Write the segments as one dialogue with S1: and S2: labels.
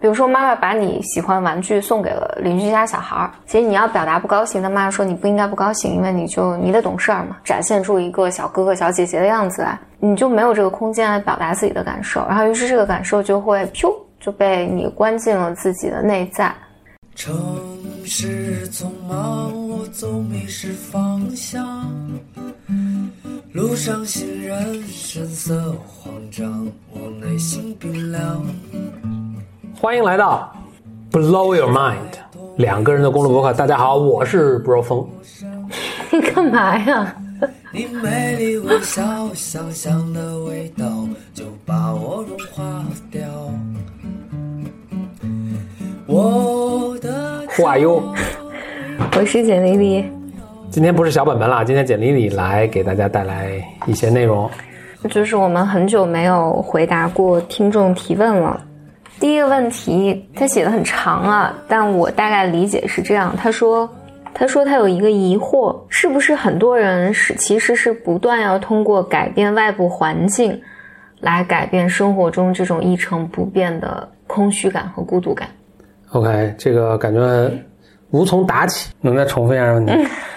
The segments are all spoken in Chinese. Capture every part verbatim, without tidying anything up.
S1: 如说妈妈把你喜欢玩具送给了邻居家小孩，其实你要表达不高兴，但妈妈说你不应该不高兴，因为你就你得懂事儿嘛，展现出一个小哥哥小姐姐的样子来，你就没有这个空间来表达自己的感受，然后于是这个感受就会噗就被你关进了自己的内在。
S2: 城市匆忙，我总迷失方向，路上行人神色慌张，我内心冰凉。
S3: 欢迎来到 Blow Your Mind 两个人的公路博客。大家好，我是 Bro 风。
S1: 你干嘛呀？
S2: 你美丽微笑，香香的味道就把我融化掉。我的
S3: Who are you？
S1: 我是简丽丽。
S3: 今天不是小本本啦，今天简丽丽来给大家带来一些内容。
S1: 就是我们很久没有回答过听众提问了。第一个问题他写得很长啊，但我大概理解是这样。他说他说他有一个疑惑，是不是很多人是其实是不断要通过改变外部环境来改变生活中这种一成不变的空虚感和孤独感。
S3: OK， 这个感觉无从答起，能再重复一下问题？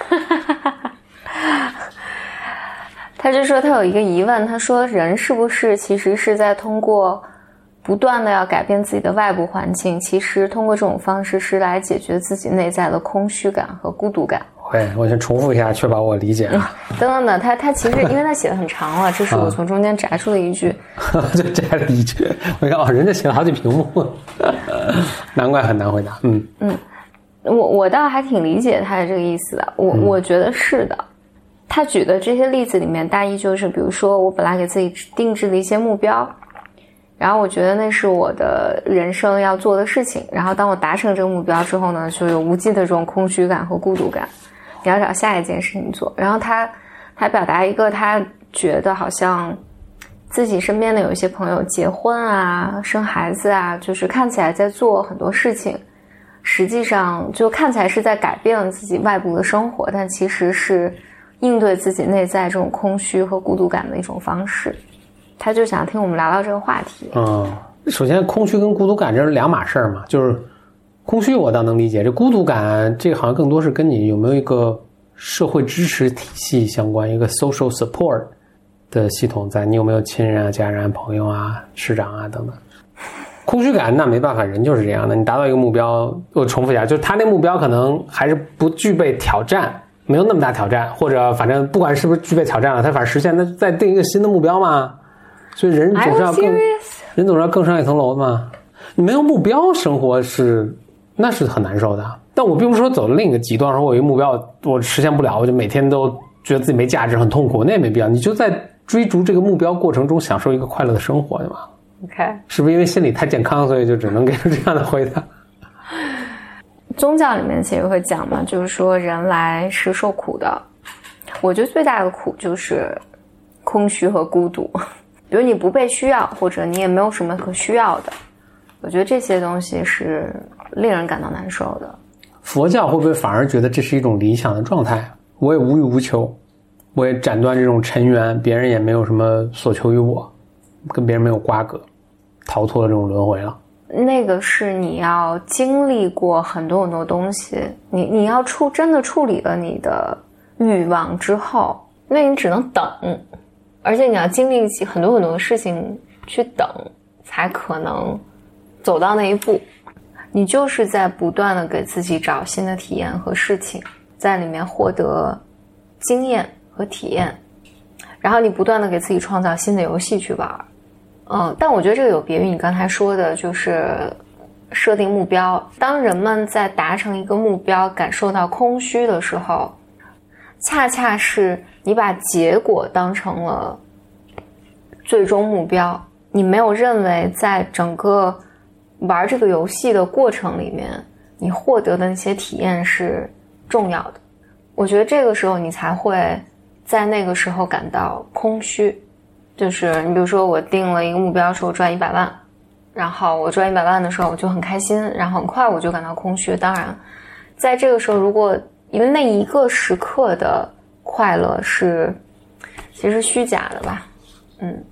S1: 他就说他有一个疑问，他说人是不是其实是在通过不断的要改变自己的外部环境，其实通过这种方式是来解决自己内在的空虚感和孤独感。
S3: 对，我先重复一下，确保我理解啊。
S1: 等等等，他他其实因为他写的很长了，这是我从中间摘出的一句，
S3: 就摘了一句。我看哦，人家写了好几屏幕，难怪很难回答。嗯
S1: 嗯，我我倒还挺理解他的这个意思的，我、嗯、我觉得是的。他举的这些例子里面，大意就是，比如说我本来给自己定制了一些目标。然后我觉得那是我的人生要做的事情，然后当我达成这个目标之后呢，就有无尽的这种空虚感和孤独感，你要找下一件事情做。然后他他表达一个他觉得好像自己身边的有一些朋友结婚啊生孩子啊，就是看起来在做很多事情，实际上就看起来是在改变了自己外部的生活，但其实是应对自己内在这种空虚和孤独感的一种方式。他就想听我们聊聊这个话题。
S3: 嗯，首先空虚跟孤独感这是两码事儿嘛，就是空虚我倒能理解，这孤独感这个好像更多是跟你有没有一个社会支持体系相关，一个 social support 的系统在，你有没有亲人啊、家人、朋友啊、师长啊等等。空虚感那没办法，人就是这样的，你达到一个目标，我重复一下，就是他那目标可能还是不具备挑战，没有那么大挑战，或者反正不管是不是具备挑战了，他反正实现，那再定一个新的目标嘛。所以人总是要更，人总是要更上一层楼嘛。你没有目标生活是，那是很难受的。但我并不是说走另一个极端，说我有一个目标我实现不了，我就每天都觉得自己没价值，很痛苦，那也没必要。你就在追逐这个目标过程中享受一个快乐的生活，对吧
S1: ？OK，
S3: 是不是因为心理太健康，所以就只能给出这样的回答？
S1: 宗教里面其实会讲嘛，就是说人来是受苦的。我觉得最大的苦就是空虚和孤独。比如你不被需要，或者你也没有什么可需要的，我觉得这些东西是令人感到难受的。
S3: 佛教会不会反而觉得这是一种理想的状态？我也无欲无求，我也斩断这种尘缘，别人也没有什么所求于我，跟别人没有瓜葛，逃脱了这种轮回了。
S1: 那个是你要经历过很多很多东西，你你要处真的处理了你的欲望之后，那你只能等。而且你要经历起很多很多的事情去等，才可能走到那一步。你就是在不断的给自己找新的体验和事情，在里面获得经验和体验，然后你不断的给自己创造新的游戏去玩。嗯，但我觉得这个有别于你刚才说的，就是设定目标。当人们在达成一个目标感受到空虚的时候，恰恰是你把结果当成了最终目标，你没有认为在整个玩这个游戏的过程里面，你获得的那些体验是重要的。我觉得这个时候你才会在那个时候感到空虚。就是你比如说我定了一个目标说我赚一百万，然后我赚一百万的时候我就很开心，然后很快我就感到空虚。当然在这个时候，如果因为那一个时刻的快乐是其实虚假的吧，嗯，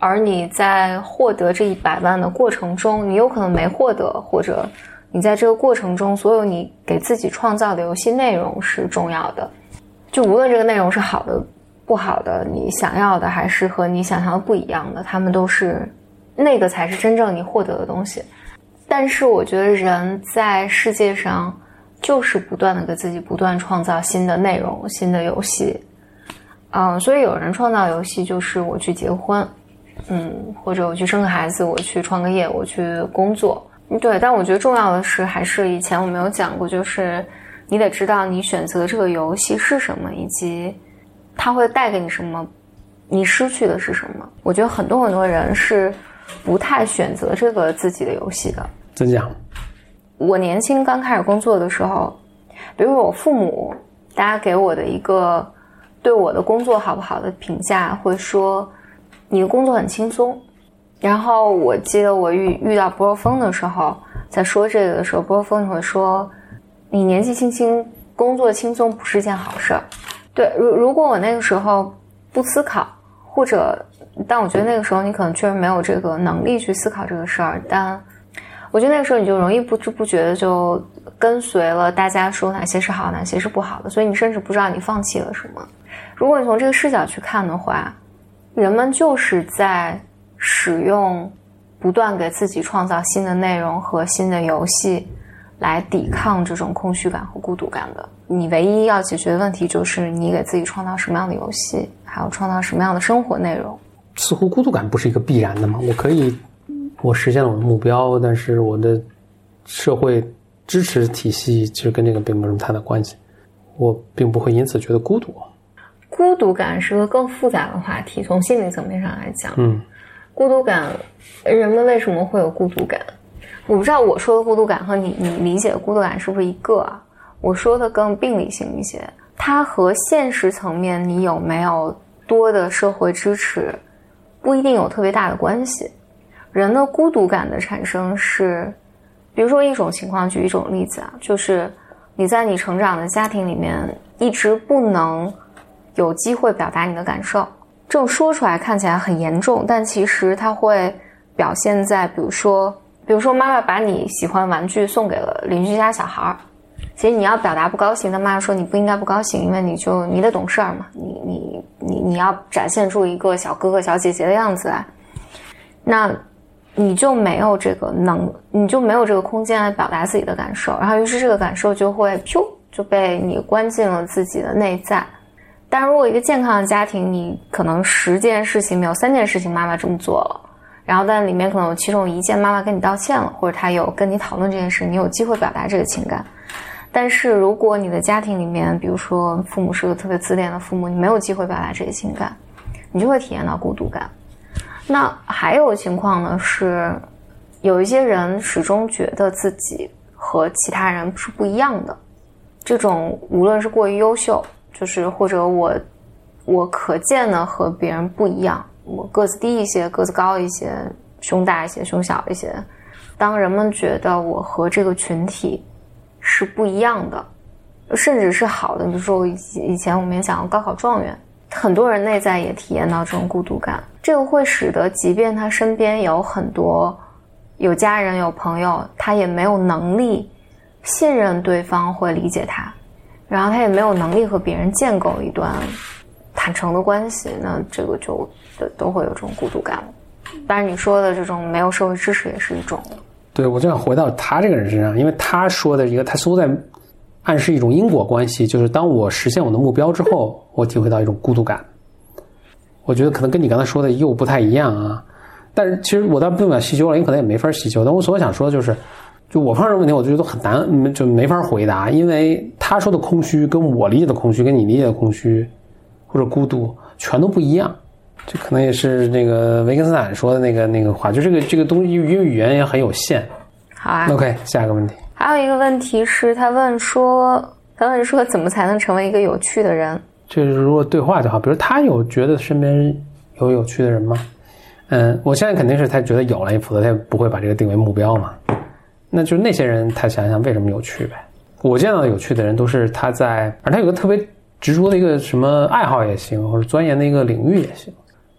S1: 而你在获得这一百万的过程中，你有可能没获得，或者你在这个过程中所有你给自己创造的游戏内容是重要的，就无论这个内容是好的不好的，你想要的还是和你想象的不一样的，他们都是那个才是真正你获得的东西。但是我觉得人在世界上就是不断的给自己不断创造新的内容新的游戏，嗯，所以有人创造游戏就是我去结婚，嗯，或者我去生个孩子，我去创个业，我去工作，对。但我觉得重要的是，还是以前我没有讲过，就是你得知道你选择这个游戏是什么，以及它会带给你什么，你失去的是什么。我觉得很多很多人是不太选择这个自己的游戏的。
S3: 真讲，
S1: 我年轻刚开始工作的时候，比如说我父母，大家给我的一个对我的工作好不好的评价会说你的工作很轻松。然后我记得我遇遇到不若风的时候，在说这个的时候，不若风会说你年纪轻轻工作轻松不是件好事儿。对，如如果我那个时候不思考，或者但我觉得那个时候你可能确实没有这个能力去思考这个事儿，但我觉得那个时候你就容易不知不觉的就跟随了大家说哪些是好哪些是不好的，所以你甚至不知道你放弃了什么。如果你从这个视角去看的话，人们就是在使用不断给自己创造新的内容和新的游戏来抵抗这种空虚感和孤独感的。你唯一要解决的问题就是你给自己创造什么样的游戏，还有创造什么样的生活内容。
S3: 似乎孤独感不是一个必然的嘛，我可以我实现了我的目标，但是我的社会支持体系其实跟这个并没有什么太大关系，我并不会因此觉得孤独。
S1: 孤独感是个更复杂的话题，从心理层面上来讲，
S3: 嗯，
S1: 孤独感，人们为什么会有孤独感？我不知道我说的孤独感和你你理解的孤独感是不是一个啊？我说的更病理性一些，它和现实层面你有没有多的社会支持不一定有特别大的关系。人的孤独感的产生是，比如说一种情况，举一种例子啊，就是你在你成长的家庭里面一直不能有机会表达你的感受，这种说出来看起来很严重，但其实它会表现在比如说比如说妈妈把你喜欢玩具送给了邻居家小孩，其实你要表达不高兴，但妈妈说你不应该不高兴，因为你就你得懂事儿嘛，你你你你要展现出一个小哥哥小姐姐的样子来，那你就没有这个能你就没有这个空间来表达自己的感受，然后于是这个感受就会噗就被你关进了自己的内在。但如果一个健康的家庭，你可能十件事情没有三件事情妈妈这么做了，然后但里面可能有其中一件妈妈跟你道歉了，或者她有跟你讨论这件事，你有机会表达这个情感。但是如果你的家庭里面比如说父母是个特别自恋的父母，你没有机会表达这些情感，你就会体验到孤独感。那还有情况呢，是有一些人始终觉得自己和其他人是不一样的，这种无论是过于优秀，就是或者我我可见的和别人不一样，我个子低一些个子高一些胸大一些胸小一些，当人们觉得我和这个群体是不一样的，甚至是好的，比如说以前我们也讲过高考状元，很多人内在也体验到这种孤独感，这个会使得即便他身边有很多有家人有朋友，他也没有能力信任对方会理解他，然后他也没有能力和别人建构一段坦诚的关系，那这个就都会有这种孤独感。当然你说的这种没有社会支持也是一种。
S3: 对，我就想回到他这个人身上，因为他说的一个他似乎在暗示一种因果关系，就是当我实现我的目标之后，我体会到一种孤独感。我觉得可能跟你刚才说的又不太一样啊，但是其实我倒不想细究了，因为可能也没法细究。但我所想说的就是，就我碰上这个问题，我觉得都很难，就没法回答，因为他说的空虚跟我理解的空虚，跟你理解的空虚或者孤独全都不一样。这可能也是那个维根斯坦说的那个那个话，就这个这个东西，因为语言也很有限。
S1: 好啊
S3: ，OK， 下一个问题。
S1: 还有一个问题是，他问说，他问说怎么才能成为一个有趣的人？
S3: 就是如果对话就好，比如他有觉得身边有有趣的人吗？嗯，我相信肯定是他觉得有了，否则他也不会把这个定为目标嘛。那就是那些人，他想想为什么有趣呗。我见到的有趣的人都是他在，而他有个特别执着的一个什么爱好也行，或者钻研的一个领域也行。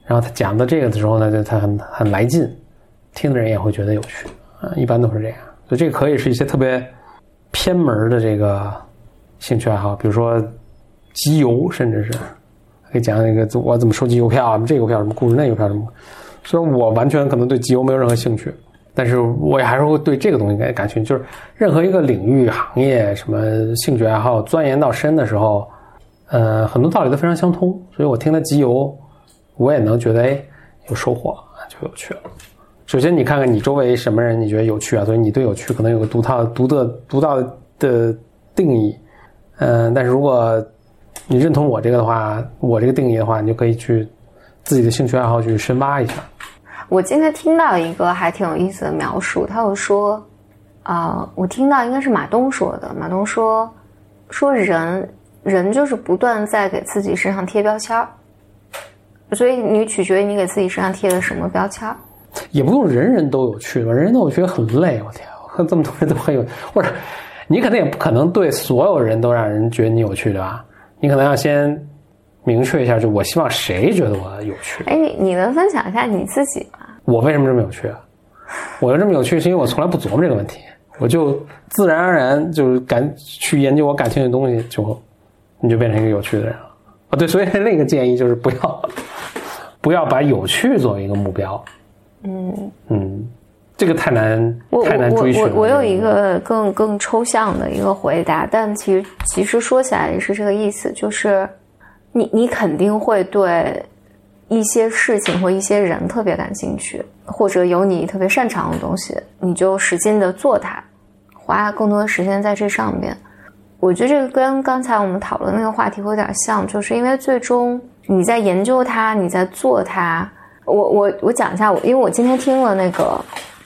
S3: 然后他讲到这个的时候呢，就他很很来劲，听的人也会觉得有趣啊，一般都是这样。所以这个可以是一些特别偏门的这个兴趣爱好，比如说集邮，甚至是可以讲那个我怎么收集邮票啊，这个邮票什么故事，那个邮票什么。虽然我完全可能对集邮没有任何兴趣，但是我也还是会对这个东西感感兴趣。就是任何一个领域、行业、什么兴趣爱好钻研到深的时候，呃，很多道理都非常相通。所以我听他集邮，我也能觉得哎有收获，就有趣了。首先，你看看你周围什么人你觉得有趣啊？所以你对有趣可能有个独套、独特、独到的定义。嗯、呃，但是如果你认同我这个的话，我这个定义的话，你就可以去自己的兴趣爱好去深挖一下。
S1: 我今天听到一个还挺有意思的描述，他有说，啊、呃，我听到应该是马东说的。马东说，说人人就是不断在给自己身上贴标签，所以你取决于你给自己身上贴的什么标签。
S3: 也不用人人都有趣吧，人人都有趣很累，我天，我看这么多人都很有，或者你可能也不可能对所有人都让人觉得你有趣，对吧？你可能要先明确一下，就我希望谁觉得我有趣。
S1: 哎，你你能分享一下你自己吗？
S3: 我为什么这么有趣啊？我要这么有趣是因为我从来不琢磨这个问题，我就自然而然就是感去研究我感兴趣的东西，就你就变成一个有趣的人了。啊，对，所以另一个建议就是不要不要把有趣作为一个目标。嗯嗯，这个太难太难追寻了。
S1: 我我我有一个更更抽象的一个回答，但其实其实说起来也是这个意思，就是你你肯定会对一些事情或一些人特别感兴趣，或者有你特别擅长的东西，你就使劲的做它，花更多的时间在这上面。我觉得这个跟刚才我们讨论那个话题有点像，就是因为最终你在研究它，你在做它。我我我讲一下，我因为我今天听了那个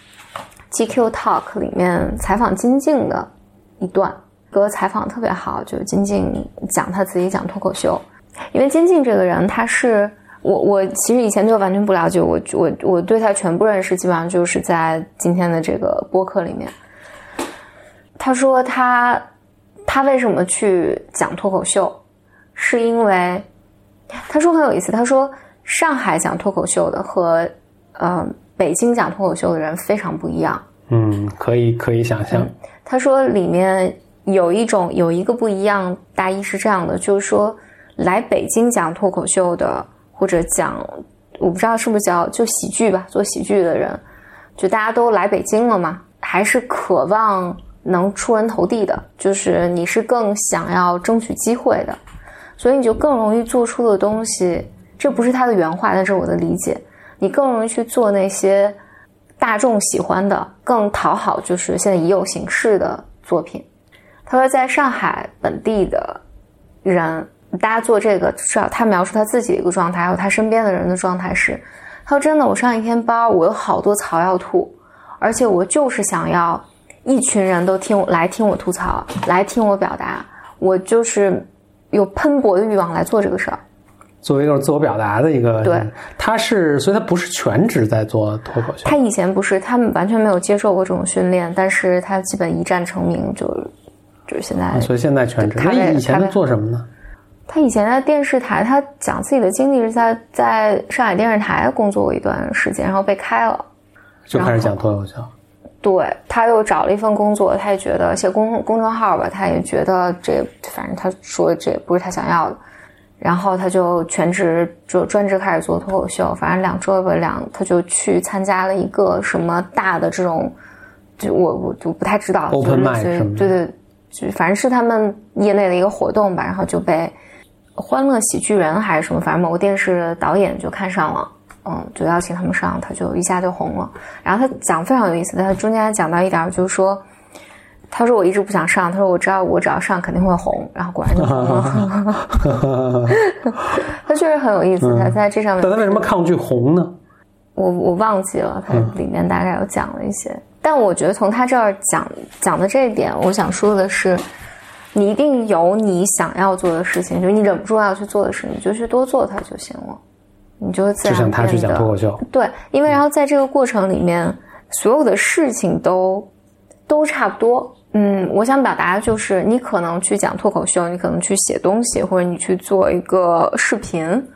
S1: G Q Talk 里面采访金靖的一段，个采访特别好，就是金靖讲他自己讲脱口秀。因为金靖这个人，他是我我其实以前对他完全不了解，我我我对他全部认识基本上就是在今天的这个播客里面。他说他他为什么去讲脱口秀，是因为他说很有意思，他说上海讲脱口秀的和呃北京讲脱口秀的人非常不一样。
S3: 嗯，可以可以想象、嗯。
S1: 他说里面有一种有一个不一样，大意是这样的，就是说来北京讲脱口秀的，或者讲我不知道是不是叫就喜剧吧，做喜剧的人，就大家都来北京了嘛，还是渴望能出人头地的，就是你是更想要争取机会的，所以你就更容易做出的东西。这不是他的原话，但是我的理解，你更容易去做那些大众喜欢的，更讨好就是现在已有形式的作品。他说在上海本地的人，大家做这个，至少他描述他自己的一个状态，还有他身边的人的状态是，他说真的，我上一天班，我有好多槽要吐，而且我就是想要一群人都听来听我吐槽，来听我表达，我就是有喷薄的欲望来做这个事儿。
S3: 作为一个自我表达的一个，
S1: 对，
S3: 他是，所以他不是全职在做脱口秀。
S1: 他以前不是，他们完全没有接受过这种训练，但是他基本一战成名，就就是现在、啊。
S3: 所以现在全职。那以前他做什么呢？
S1: 他以前在电视台，他讲自己的经历是在在上海电视台工作过一段时间，然后被开了，
S3: 就开始讲脱口秀。
S1: 对，他又找了一份工作，他也觉得写公公众号吧，他也觉得这反正他说这也不是他想要的。然后他就全职就专职开始做脱口秀，反正两周吧两他就去参加了一个什么大的这种，就我我就不太知道
S3: open mic 什么的，
S1: 对对，就反正是他们业内的一个活动吧，然后就被欢乐喜剧人还是什么，反正某个电视导演就看上了，嗯，就邀请他们上，他就一下就红了。然后他讲非常有意思，他中间还讲到一点，就是说。他说我一直不想上，他说我知道我只要上肯定会红，然后果然就红了。他确实很有意思，他在这上面。
S3: 但他为什么抗拒红呢？
S1: 我我忘记了，他里面大概有讲了一些。嗯、但我觉得从他这儿讲讲的这一点，我想说的是，你一定有你想要做的事情，就是你忍不住要去做的事，你就去多做它就行了，你就自然变得。
S3: 就像他去讲脱口秀。
S1: 对，因为然后在这个过程里面，所有的事情都都差不多。嗯，我想表达的就是，你可能去讲脱口秀，你可能去写东西，或者你去做一个视频，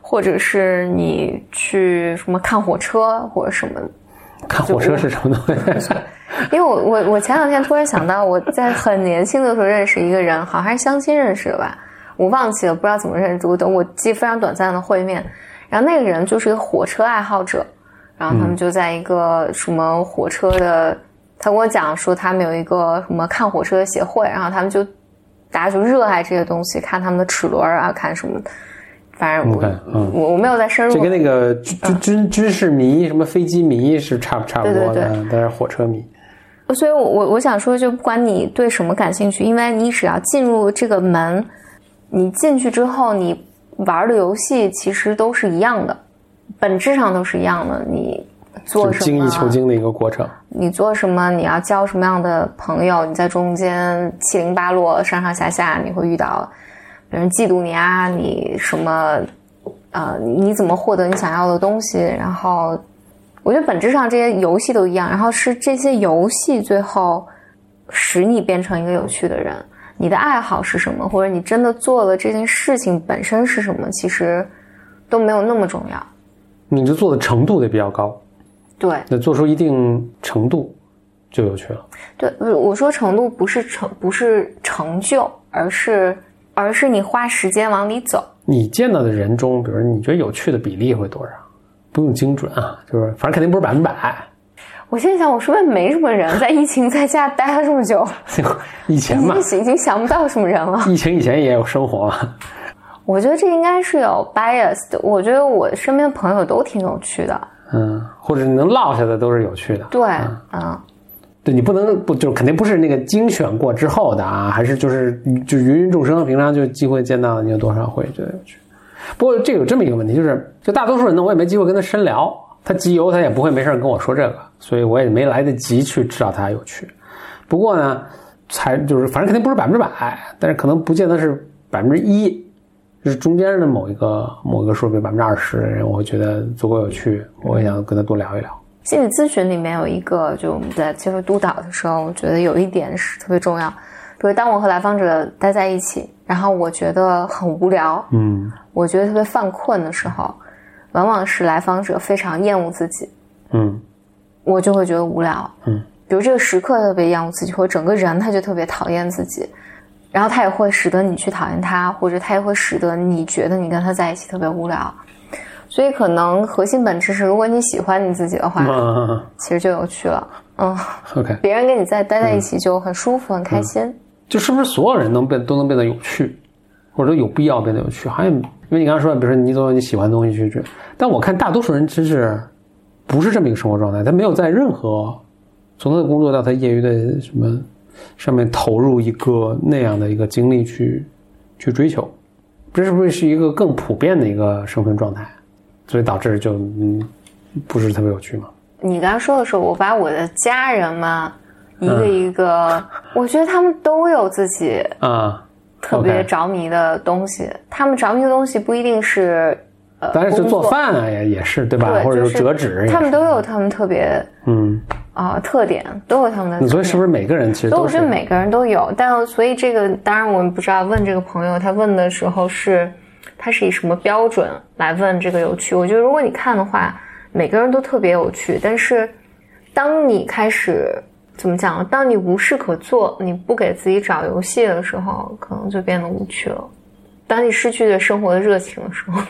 S1: 或者是你去什么看火车或者什么。
S3: 看火车是什么东西？
S1: 因为我我我前两天突然想到，我在很年轻的时候认识一个人，好像是相亲认识的吧，我忘记了，不知道怎么认识。我等我记非常短暂的会面，然后那个人就是一个火车爱好者，然后他们就在一个什么火车的，他跟我讲说他们有一个什么看火车的协会，然后他们就大家就热爱这些东西，看他们的齿轮啊，看什么。反正我、okay, 嗯、我我没有再深入，
S3: 这跟那个军军军事迷、什么飞机迷是差不差不多的，
S1: 对对对，
S3: 但是火车迷。
S1: 所以我我我想说，就不管你对什么感兴趣，因为你只要进入这个门，你进去之后，你玩的游戏其实都是一样的，本质上都是一样的。你做什么，
S3: 精益求精的一个过程。
S1: 你做什么，你要交什么样的朋友，你在中间七零八落、上上下下，你会遇到。有人嫉妒你啊，你什么呃你怎么获得你想要的东西，然后我觉得本质上这些游戏都一样，然后是这些游戏最后使你变成一个有趣的人。你的爱好是什么，或者你真的做了这件事情本身是什么，其实都没有那么重要。
S3: 你这做的程度得比较高。
S1: 对，
S3: 那做出一定程度就有趣了。
S1: 对，我说程度不是成不是成就，而是而是你花时间往里走。
S3: 你见到的人中，比如你觉得有趣的比例会多少？不用精准啊，就是反正肯定不是百分百。
S1: 我现在想，我是不是没什么人在疫情在家待了这么久？
S3: 以前嘛，
S1: 已经已经想不到什么人了。
S3: 疫情以前也有生活。
S1: 我觉得这应该是有 bias 的。我觉得我身边的朋友都挺有趣的。
S3: 嗯，或者能落下的都是有趣的。
S1: 对，嗯。嗯
S3: 对，你不能不就肯定不是那个精选过之后的啊，还是就是就芸芸众生，平常就机会见到，你有多少会觉得有趣？不过这有这么一个问题，就是就大多数人呢，我也没机会跟他深聊，他集邮他也不会没事跟我说这个，所以我也没来得及去知道他有趣。不过呢，才就是反正肯定不是百分之百，但是可能不见得是百分之一，就是中间的某一个某一个数，比如百分之二十的人，我会觉得足够有趣，我也想跟他多聊一聊。
S1: 心理咨询里面有一个，就我们在接受督导的时候，我觉得有一点是特别重要。比如当我和来访者待在一起，然后我觉得很无聊，
S3: 嗯，
S1: 我觉得特别犯困的时候，往往是来访者非常厌恶自己，
S3: 嗯，
S1: 我就会觉得无聊，
S3: 嗯，
S1: 比如这个时刻特别厌恶自己，或者整个人他就特别讨厌自己，然后他也会使得你去讨厌他，或者他也会使得你觉得你跟他在一起特别无聊。所以可能核心本质是，如果你喜欢你自己的话，
S3: 嗯、
S1: 其实就有趣了。嗯
S3: ，OK，
S1: 别人跟你在待在一起就很舒服、嗯、很开心。
S3: 就是不是所有人能变都能变得有趣，或者有必要变得有趣？好像因为你刚刚说，比如说你总有你喜欢的东西去去，但我看大多数人其实不是这么一个生活状态，他没有在任何从他的工作到他业余的什么上面投入一个那样的一个精力去去追求，这是不是是一个更普遍的一个生存状态？所以导致就嗯不是特别有趣嘛。
S1: 你刚刚说的时候，我把我的家人嘛一个一个、嗯、我觉得他们都有自己
S3: 啊
S1: 特别着迷的东西、嗯 okay、他们着迷的东西不一定是呃
S3: 当然是做饭啊也也是对吧，
S1: 对，
S3: 或者是折纸，
S1: 他们都有他们特别
S3: 嗯
S1: 啊、呃、特点，都有他们的特点。
S3: 所以是不是每个人其实都是？
S1: 我觉得每个人都有，但所以这个当然我们不知道问这个朋友他问的时候是他是以什么标准来问这个有趣。我觉得如果你看的话，每个人都特别有趣，但是当你开始怎么讲，当你无事可做，你不给自己找游戏的时候，可能就变得无趣了。当你失去了生活的热情的时候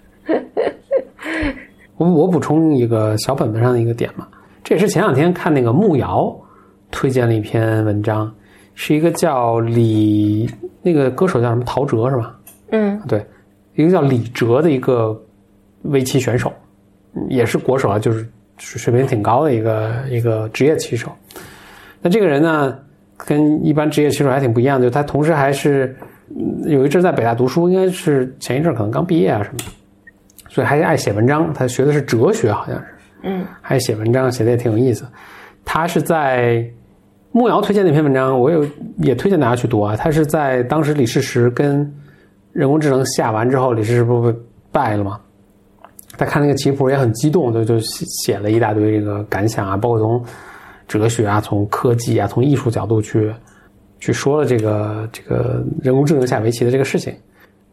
S3: 我我补充一个小本本上的一个点嘛，这也是前两天看那个木瑶推荐了一篇文章，是一个叫李那个歌手叫什么陶喆是吧？
S1: 嗯，
S3: 对，一个叫李哲的一个围棋选手，也是国手啊，就是水平挺高的一个一个职业棋手。那这个人呢，跟一般职业棋手还挺不一样的，就他同时还是有一阵在北大读书，应该是前一阵可能刚毕业啊什么的，所以还爱写文章。他学的是哲学，好像是，
S1: 嗯，
S3: 还写文章，写的也挺有意思。他是在木瑶推荐那篇文章，我有也推荐大家去读啊。他是在当时李世石跟人工智能下完之后，李世石不被败了吗？他看那个棋谱也很激动，就就写了一大堆这个感想啊，包括从哲学啊、从科技啊、从艺术角度去去说了这个这个人工智能下围棋的这个事情。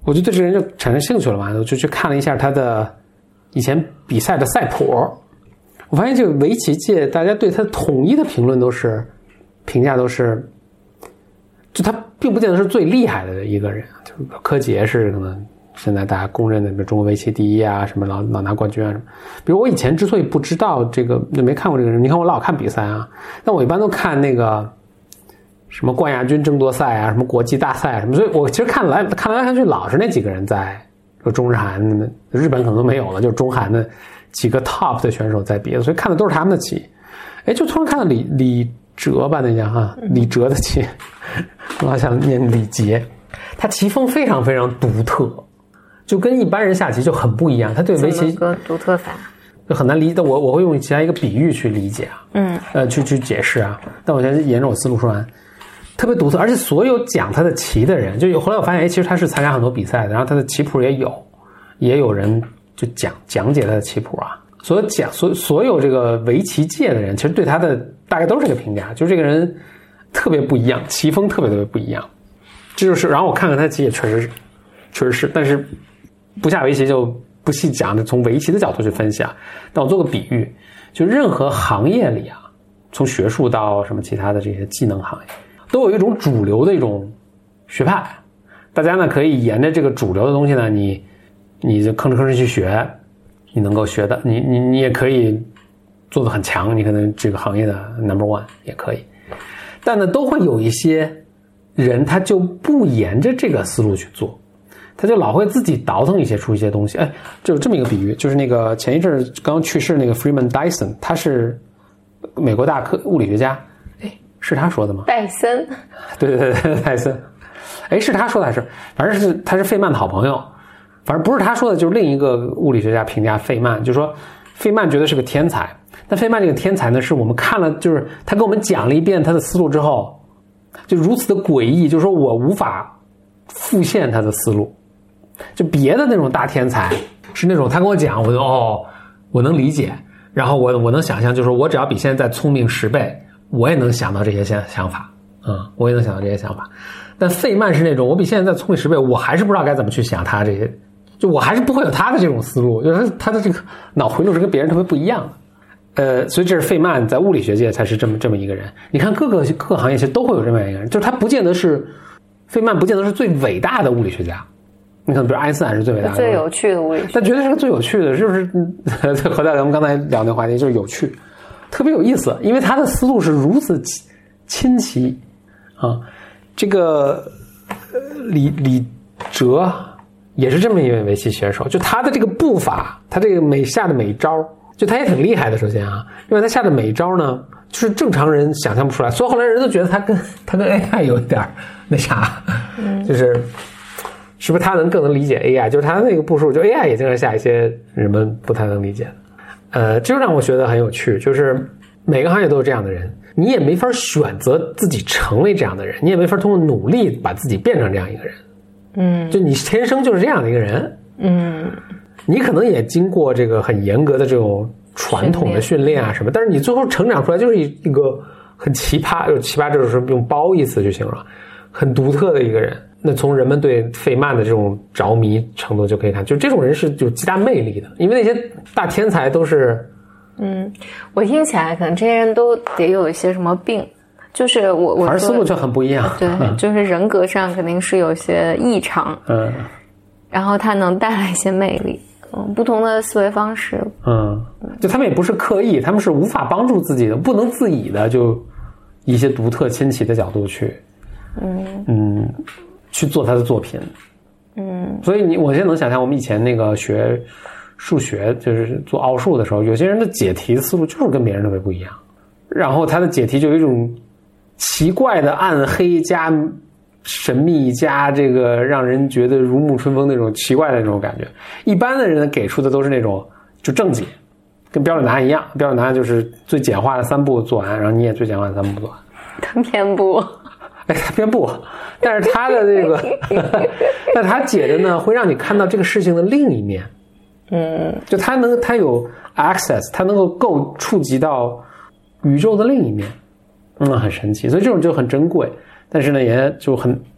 S3: 我就对这个人就产生兴趣了嘛，我就去看了一下他的以前比赛的赛谱。我发现这个围棋界大家对他统一的评论都是评价都是，就他并不见得是最厉害的一个人，就是柯洁是可能现在大家公认的中国围棋第一啊，什么老老拿冠军啊什么。比如我以前之所以不知道这个，就没看过这个人，你看我老看比赛啊，但我一般都看那个什么冠亚军争夺赛啊，什么国际大赛啊什么，所以我其实看来看来看去老是那几个人在，就中日韩，日本可能都没有了，就是中韩的几个 top 的选手在比，所以看的都是他们的棋。哎，就突然看到李李哲吧，那叫哈李哲的棋，我老想念李杰，他棋风非常非常独特，就跟一般人下棋就很不一样。他对围棋
S1: 个独特法
S3: 就很难理解，我我会用其他一个比喻去理解啊，
S1: 嗯，呃，
S3: 去去解释啊。但我现在沿着我思路说完。特别独特，而且所有讲他的棋的人，就有后来我发现，哎，其实他是参加很多比赛的，然后他的棋谱也有，也有人就讲讲解他的棋谱啊。所有讲所所有这个围棋界的人，其实对他的大概都是这个评价，就是这个人特别不一样，棋风特别特别不一样。这就是，然后我看看他的棋也确实是，确实是，但是不下围棋就不细讲的，从围棋的角度去分析啊。但我做个比喻，就任何行业里啊，从学术到什么其他的这些技能行业。都有一种主流的一种学派，大家呢可以沿着这个主流的东西呢，你你就吭哧吭哧去学，你能够学的，你你你也可以做得很强，你可能这个行业的 number one 也可以。但呢，都会有一些人他就不沿着这个思路去做，他就老会自己倒腾一些出一些东西。哎，就有这么一个比喻，就是那个前一阵刚刚去世那个 Freeman Dyson， 他是美国大科物理学家。是他说的吗？
S1: 戴森，
S3: 对对对，戴森。哎，是他说的还是？反正是他是费曼的好朋友。反正不是他说的，就是另一个物理学家评价费曼，就说费曼觉得是个天才。但费曼这个天才呢，是我们看了，就是他跟我们讲了一遍他的思路之后，就如此的诡异，就是说我无法复现他的思路。就别的那种大天才是那种他跟我讲，我就哦，我能理解，然后我我能想象，就是我只要比现在聪明十倍。我也能想到这些想想法，嗯，我也能想到这些想法。但费曼是那种，我比现在再聪明十倍，我还是不知道该怎么去想他这些，就我还是不会有他的这种思路，就是他的这个脑回路是跟别人特别不一样的。呃，所以这是费曼在物理学界才是这么这么一个人。你看各个各个行业其实都会有这么一个人，就是他不见得是费曼，不见得是最伟大的物理学家。你看，比如爱因斯坦是最伟大的，
S1: 最有趣的物理学家，
S3: 但绝对是个最有趣的，就是回到咱们刚才聊那话题，就是有趣。特别有意思，因为他的思路是如此清奇啊！这个李李哲也是这么一位围棋选手，就他的这个步伐，他这个每下的每一招，就他也挺厉害的。首先啊，因为他下的每一招呢，就是正常人想象不出来，所以后来人都觉得他跟他跟 A I 有一点那啥，嗯、就是是不是他能更能理解 A I？ 就是他那个步数，就 A I 也经常下一些人们不太能理解的。呃，这就让我觉得很有趣，就是每个行业都有这样的人，你也没法选择自己成为这样的人，你也没法通过努力把自己变成这样一个人。
S1: 嗯，
S3: 就你天生就是这样的一个人。
S1: 嗯，
S3: 你可能也经过这个很严格的这种传统的训练啊什么，但是你最后成长出来就是一个很奇葩，就奇葩就是用褒义词去形容，很独特的一个人。那从人们对费曼的这种着迷程度就可以看，就这种人是有极大魅力的，因为那些大天才都是，
S1: 嗯，我听起来可能这些人都得有一些什么病，就是我我
S3: 而思路就很不一样，
S1: 对，嗯、就是人格上肯定是有些异常，
S3: 嗯，
S1: 然后他能带来一些魅力，嗯，不同的思维方式，
S3: 嗯，就他们也不是刻意，他们是无法帮助自己的，不能自已的就一些独特清奇的角度去，嗯嗯。去做他的作品，
S1: 嗯，
S3: 所以你我现在能想象，我们以前那个学数学，就是做奥数的时候，有些人的解题思路就是跟别人特别不一样，然后他的解题就有一种奇怪的暗黑加神秘加这个让人觉得如沐春风那种奇怪的那种感觉。一般的人给出的都是那种就正解，跟标准答案一样，标准答案就是最简化的三步做完，然后你也最简化的三步做完。
S1: 他偏不。
S3: 哎，他偏不，但是他的这个，但他解的呢，会让你看到这个事情的另一面。
S1: 嗯，
S3: 就他能，他有 access， 他能够够触及到宇宙的另一面，嗯，很神奇。所以这种就很珍贵，但是呢，也就很，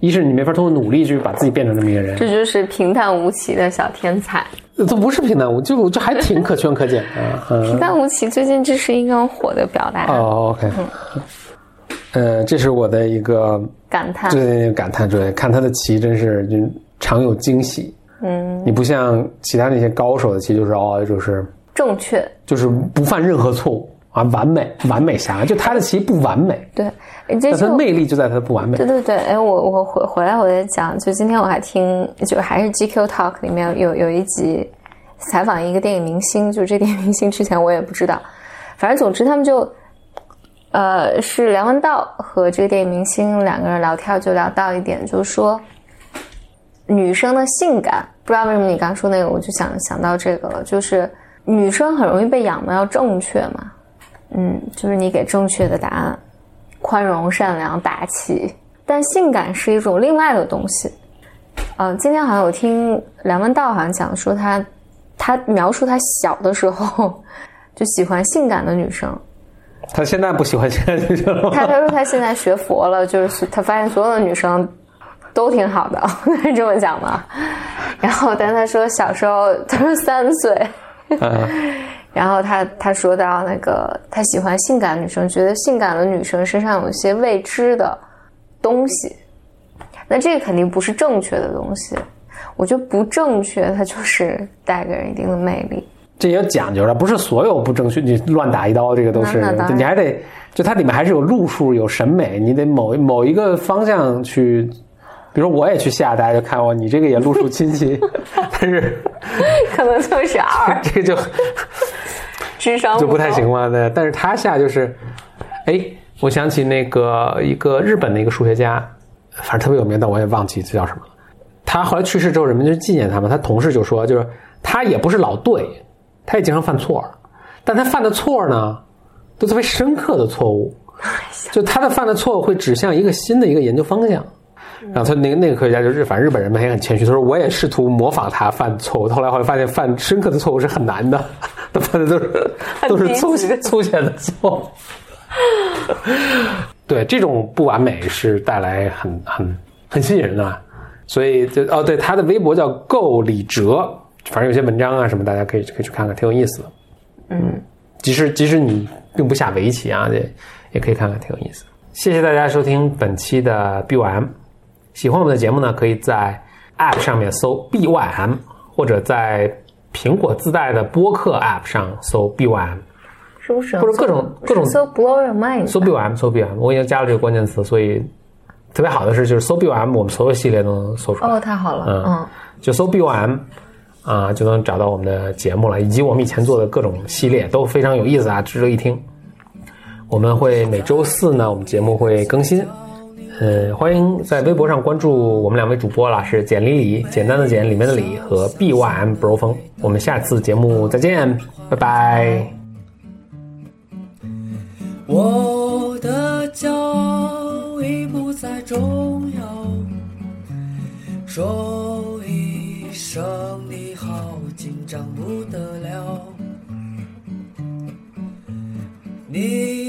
S3: 一是你没法通过努力去把自己变成这么一个人，
S1: 这就是平淡无奇的小天才。
S3: 这不是平淡无，就就还挺可圈可点的。嗯、
S1: 平淡无奇最近这是一个火的表达。
S3: 哦 ，OK， 嗯，呃，这是我的一个
S1: 感叹，
S3: 最近感叹，对，看他的棋真是就常有惊喜。
S1: 嗯，
S3: 你不像其他那些高手的棋，就是哦，就是
S1: 正确，
S3: 就是不犯任何错误啊，完美，完美侠。就他的棋不完美，
S1: 对，这
S3: 但他的魅力就在他的不完美。
S1: 对对对，哎，我我回回来我在讲，就今天我还听，就还是 G Q Talk 里面有有一集采访一个电影明星，就这电影明星之前我也不知道，反正总之他们就，呃，是梁文道和这个电影明星两个人聊天，就聊到一点，就是说女生的性感，不知道为什么你刚说那个，我就想想到这个了，就是女生很容易被养的要正确嘛，嗯，就是你给正确的答案。宽容、善良、大气，但性感是一种另外的东西。呃，今天好像有听梁文道好像讲说他，他描述他小的时候就喜欢性感的女生。
S3: 他现在不喜欢性感女生了。
S1: 他他说他现在学佛了，就是他发现所有的女生都挺好的，是这么讲吗？然后，但他说小时候，他说三岁。嗯然后他他说到那个他喜欢性感女生，觉得性感的女生身上有一些未知的东西，那这个肯定不是正确的东西。我觉得不正确，它就是带给人一定的魅力。
S3: 这也有讲究的，不是所有不正确你乱打一刀，这个都是你还得就它里面还是有路数、有审美，你得某某一个方向去。比如我也去下，大家就看我，你这个也路数清晰，但是
S1: 可能就是二，
S3: 这个就
S1: 智商
S3: 就不太行嘛。对，但是他下就是，哎，我想起那个一个日本的一个数学家，反正特别有名，但我也忘记这叫什么了。他后来去世之后，人们就纪念他嘛。他同事就说，就是他也不是老对，他也经常犯错，但他犯的错呢，都特别深刻的错误，就他的犯的错误会指向一个新的一个研究方向。然后他那个那个科学家就是，反正日本人们也很谦虚，他说我也试图模仿他犯错误，后来后来发现犯深刻的错误是很难的，他犯的都是都是粗粗浅的错误。对，这种不完美是带来很很很吸引人的，所以就哦，对，他的微博叫够李哲，反正有些文章啊什么，大家可以可以去看看，挺有意思的。嗯，即使即使你并不下围棋啊，也也可以看看，挺有意思的。谢谢大家收听本期的 B Y M。喜欢我们的节目呢，可以在 App 上面搜 B Y M， 或者在苹果自带的播客 App 上搜 B Y M，
S1: 是不是？
S3: 或者各种各种
S1: 搜 Blow Your Mind，
S3: 搜 B Y M， 搜 B Y M， 我已经加了这个关键词，所以特别好的是，就是搜 B Y M， 我们所有系列都能搜出来。
S1: 哦，太好了，
S3: 嗯，嗯就搜 B Y M 啊、呃，就能找到我们的节目了，以及我们以前做的各种系列都非常有意思啊，值得一听。我们会每周四呢，我们节目会更新。呃，欢迎在微博上关注我们两位主播啦，是简里里，简单的简，里面的里和 B Y M Bro 风。我们下次节目再见，拜拜。
S2: 我的骄傲已不再重要，说一声你好，紧张不得了。你